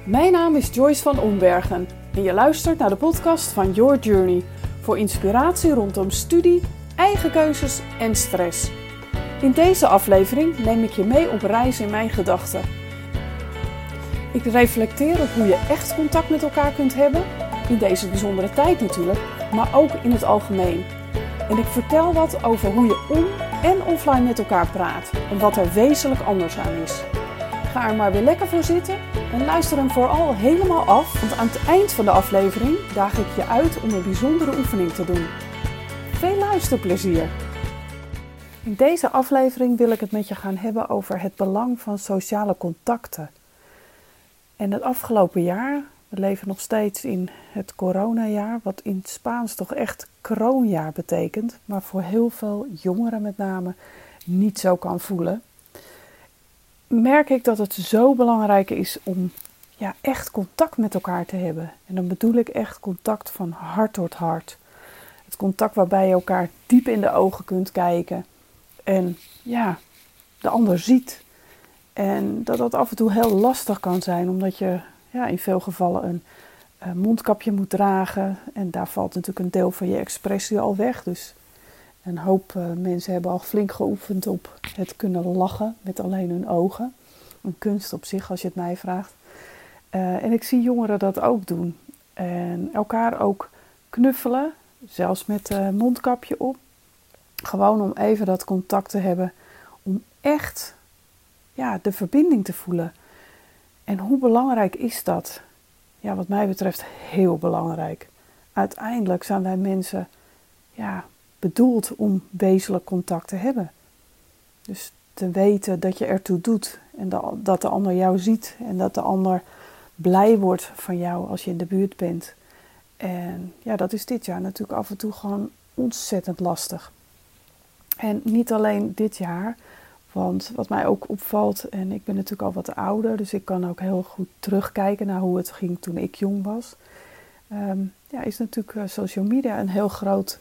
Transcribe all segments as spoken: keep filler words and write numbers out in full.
Mijn naam is Joyce van Ombergen en je luistert naar de podcast van Your Journey voor inspiratie rondom studie, eigen keuzes en stress. In deze aflevering neem ik je mee op reis in mijn gedachten. Ik reflecteer op hoe je echt contact met elkaar kunt hebben, in deze bijzondere tijd natuurlijk, maar ook in het algemeen. En ik vertel wat over hoe je on- en offline met elkaar praat en wat er wezenlijk anders aan is. Ga er maar weer lekker voor zitten en luister hem vooral helemaal af, want aan het eind van de aflevering daag ik je uit om een bijzondere oefening te doen. Veel luisterplezier! In deze aflevering wil ik het met je gaan hebben over het belang van sociale contacten. En het afgelopen jaar, we leven nog steeds in het coronajaar, wat in het Spaans toch echt kroonjaar betekent, maar voor heel veel jongeren met name niet zo kan voelen. Merk ik dat het zo belangrijk is om ja, echt contact met elkaar te hebben. En dan bedoel ik echt contact van hart tot hart. Het contact waarbij je elkaar diep in de ogen kunt kijken en ja, de ander ziet. En dat dat af en toe heel lastig kan zijn, omdat je ja, in veel gevallen een uh, mondkapje moet dragen. En daar valt natuurlijk een deel van je expressie al weg. Dus een hoop uh, mensen hebben al flink geoefend op het kunnen lachen met alleen hun ogen. Een kunst op zich, als je het mij vraagt. Uh, en ik zie jongeren dat ook doen. En elkaar ook knuffelen, zelfs met uh, mondkapje op. Gewoon om even dat contact te hebben, om echt ja, de verbinding te voelen. En hoe belangrijk is dat? Ja, wat mij betreft heel belangrijk. Uiteindelijk zijn wij mensen ja, bedoeld om wezenlijk contact te hebben. Dus te weten dat je ertoe doet en dat de ander jou ziet en dat de ander blij wordt van jou als je in de buurt bent. En ja, dat is dit jaar natuurlijk af en toe gewoon ontzettend lastig. En niet alleen dit jaar, want wat mij ook opvalt, en ik ben natuurlijk al wat ouder, dus ik kan ook heel goed terugkijken naar hoe het ging toen ik jong was. Um, ja, is natuurlijk uh, social media een heel groot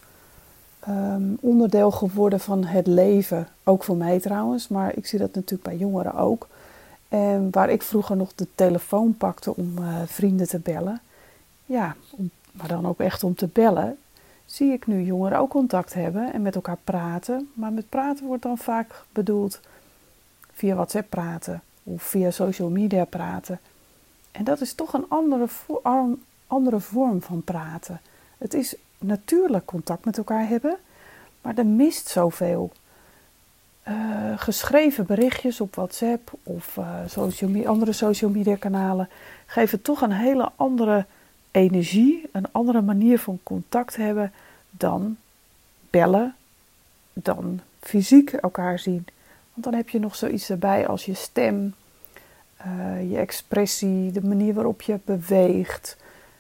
um, onderdeel geworden van het leven. Ook voor mij trouwens, maar ik zie dat natuurlijk bij jongeren ook. En waar ik vroeger nog de telefoon pakte om uh, vrienden te bellen, ja, om, maar dan ook echt om te bellen, zie ik nu jongeren ook contact hebben en met elkaar praten. Maar met praten wordt dan vaak bedoeld via WhatsApp praten of via social media praten. En dat is toch een andere, vo- andere vorm van praten. Het is natuurlijk contact met elkaar hebben, maar er mist zoveel. Uh, geschreven berichtjes op WhatsApp of uh, social media, andere social media kanalen geven toch een hele andere energie, een andere manier van contact hebben dan bellen, dan fysiek elkaar zien. Want dan heb je nog zoiets erbij als je stem, uh, je expressie, de manier waarop je beweegt.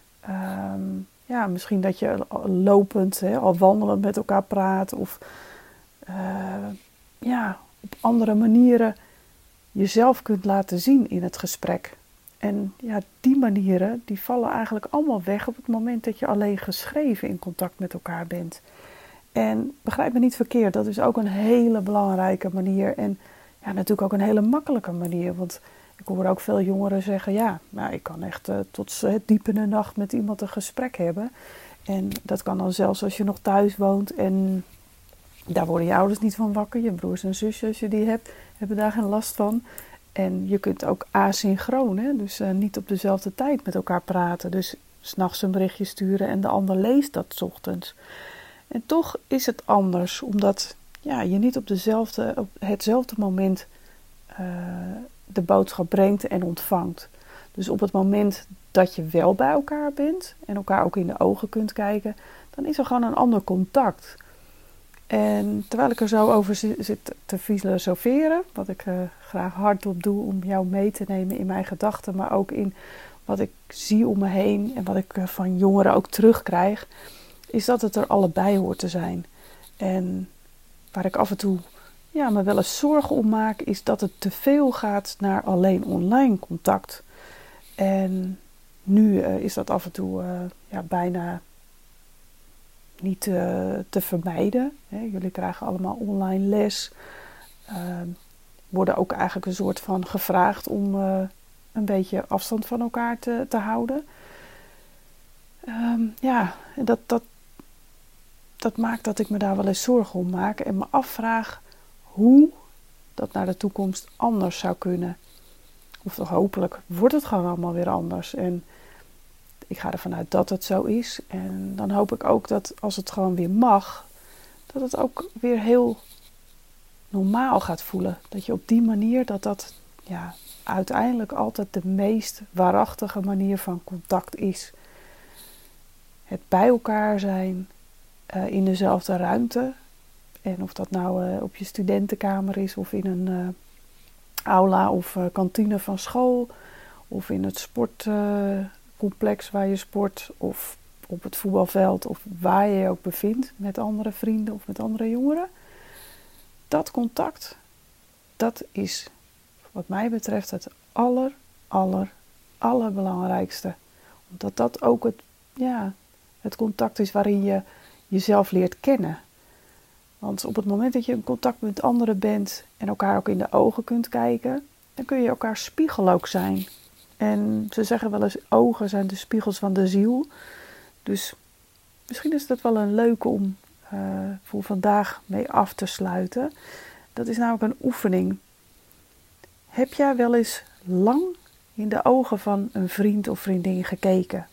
Um, ja, misschien dat je lopend, hè, al wandelend met elkaar praat of uh, ja, op andere manieren jezelf kunt laten zien in het gesprek. En ja, die manieren die vallen eigenlijk allemaal weg op het moment dat je alleen geschreven in contact met elkaar bent. En begrijp me niet verkeerd, dat is ook een hele belangrijke manier en ja, natuurlijk ook een hele makkelijke manier. Want ik hoor ook veel jongeren zeggen, ja, nou, ik kan echt uh, tot uh, diep in de nacht met iemand een gesprek hebben. En dat kan dan zelfs als je nog thuis woont en daar worden je ouders niet van wakker. Je broers en zusjes, als je die hebt, hebben daar geen last van. En je kunt ook asynchroon, hè? Dus uh, niet op dezelfde tijd met elkaar praten. Dus 's nachts een berichtje sturen en de ander leest dat 's ochtends. En toch is het anders, omdat ja, je niet op, dezelfde, op hetzelfde moment uh, de boodschap brengt en ontvangt. Dus op het moment dat je wel bij elkaar bent en elkaar ook in de ogen kunt kijken, dan is er gewoon een ander contact. En terwijl ik er zo over zit te filosoferen, wat ik uh, graag hardop doe om jou mee te nemen in mijn gedachten, maar ook in wat ik zie om me heen en wat ik uh, van jongeren ook terugkrijg, is dat het er allebei hoort te zijn. En waar ik af en toe ja, me wel eens zorgen om maak, is dat het te veel gaat naar alleen online contact. En nu uh, is dat af en toe uh, ja, bijna niet uh, te vermijden. Hè. Jullie krijgen allemaal online les. Uh, worden ook eigenlijk een soort van gevraagd om uh, een beetje afstand van elkaar te, te houden. Um, ja, dat, dat, dat maakt dat ik me daar wel eens zorgen om maak. En me afvraag hoe dat naar de toekomst anders zou kunnen. Of toch hopelijk wordt het gewoon allemaal weer anders. En ik ga ervan uit dat het zo is. En dan hoop ik ook dat als het gewoon weer mag, dat het ook weer heel normaal gaat voelen. Dat je op die manier, dat dat ja, uiteindelijk altijd de meest waarachtige manier van contact is. Het bij elkaar zijn uh, in dezelfde ruimte. En of dat nou uh, op je studentenkamer is of in een uh, aula of uh, kantine van school. Of in het sportcomplex uh, waar je sport. Of op het voetbalveld of waar je je ook bevindt met andere vrienden of met andere jongeren. Dat contact, dat is wat mij betreft het aller, aller, allerbelangrijkste. Omdat dat ook het, ja, het contact is waarin je jezelf leert kennen. Want op het moment dat je in contact met anderen bent en elkaar ook in de ogen kunt kijken, dan kun je elkaar spiegel ook zijn. En ze zeggen wel eens, ogen zijn de spiegels van de ziel. Dus misschien is dat wel een leuke om uh, voor vandaag mee af te sluiten. Dat is namelijk een oefening. Heb jij wel eens lang in de ogen van een vriend of vriendin gekeken?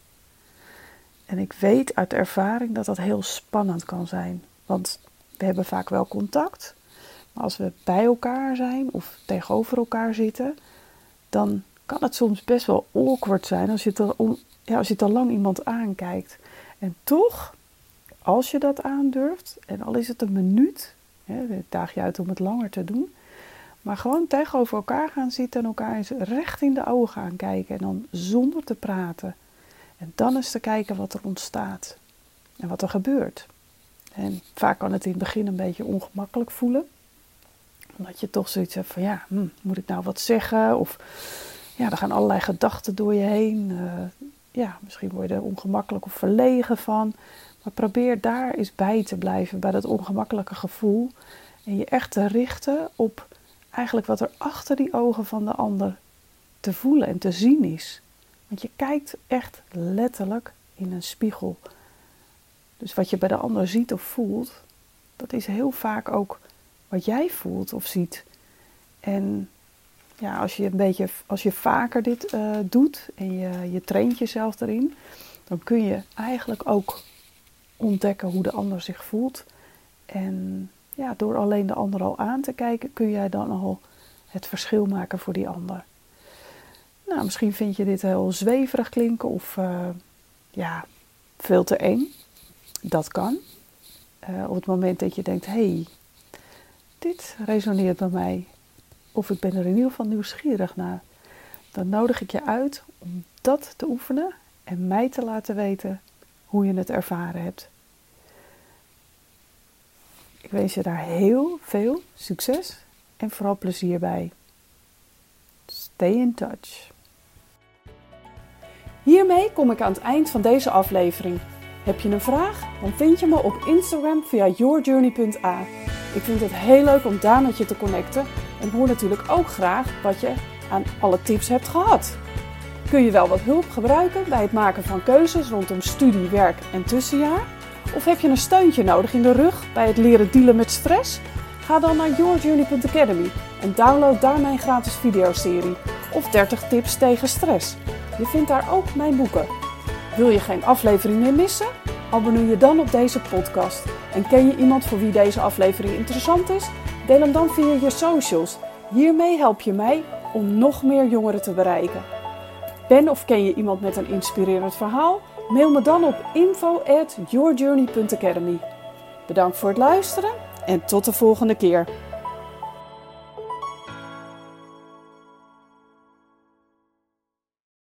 En ik weet uit ervaring dat dat heel spannend kan zijn. Want we hebben vaak wel contact. Maar als we bij elkaar zijn of tegenover elkaar zitten, dan kan het soms best wel awkward zijn als je te, om, ja, als je te lang iemand aankijkt. En toch, als je dat aandurft, en al is het een minuut, hè, ik daag je uit om het langer te doen, maar gewoon tegenover elkaar gaan zitten en elkaar eens recht in de ogen aankijken en dan zonder te praten. En dan eens te kijken wat er ontstaat en wat er gebeurt. En vaak kan het in het begin een beetje ongemakkelijk voelen. Omdat je toch zoiets hebt van, ja, hm, moet ik nou wat zeggen? Of ja, er gaan allerlei gedachten door je heen. Uh, ja, misschien word je er ongemakkelijk of verlegen van. Maar probeer daar eens bij te blijven, bij dat ongemakkelijke gevoel. En je echt te richten op eigenlijk wat er achter die ogen van de ander te voelen en te zien is. Want je kijkt echt letterlijk in een spiegel. Dus wat je bij de ander ziet of voelt, dat is heel vaak ook wat jij voelt of ziet. En ja, als je een beetje, als je vaker dit uh, doet en je, je traint jezelf erin, dan kun je eigenlijk ook ontdekken hoe de ander zich voelt. En ja, door alleen de ander al aan te kijken, kun jij dan al het verschil maken voor die ander. Nou, misschien vind je dit heel zweverig klinken of uh, ja, veel te eng. Dat kan. Uh, op het moment dat je denkt, hé, hey, dit resoneert bij mij. Of ik ben er in ieder geval nieuwsgierig naar. Dan nodig ik je uit om dat te oefenen en mij te laten weten hoe je het ervaren hebt. Ik wens je daar heel veel succes en vooral plezier bij. Stay in touch. Hiermee kom ik aan het eind van deze aflevering. Heb je een vraag? Dan vind je me op Instagram via yourjourney punt a. Ik vind het heel leuk om daar met je te connecten en hoor natuurlijk ook graag wat je aan alle tips hebt gehad. Kun je wel wat hulp gebruiken bij het maken van keuzes rondom studie, werk en tussenjaar? Of heb je een steuntje nodig in de rug bij het leren dealen met stress? Ga dan naar yourjourney punt academy en download daar mijn gratis videoserie of dertig tips tegen stress. Je vindt daar ook mijn boeken. Wil je geen aflevering meer missen? Abonneer je dan op deze podcast. En ken je iemand voor wie deze aflevering interessant is? Deel hem dan via je socials. Hiermee help je mij om nog meer jongeren te bereiken. Ben of ken je iemand met een inspirerend verhaal? Mail me dan op info at yourjourney punt academy. Bedankt voor het luisteren en tot de volgende keer.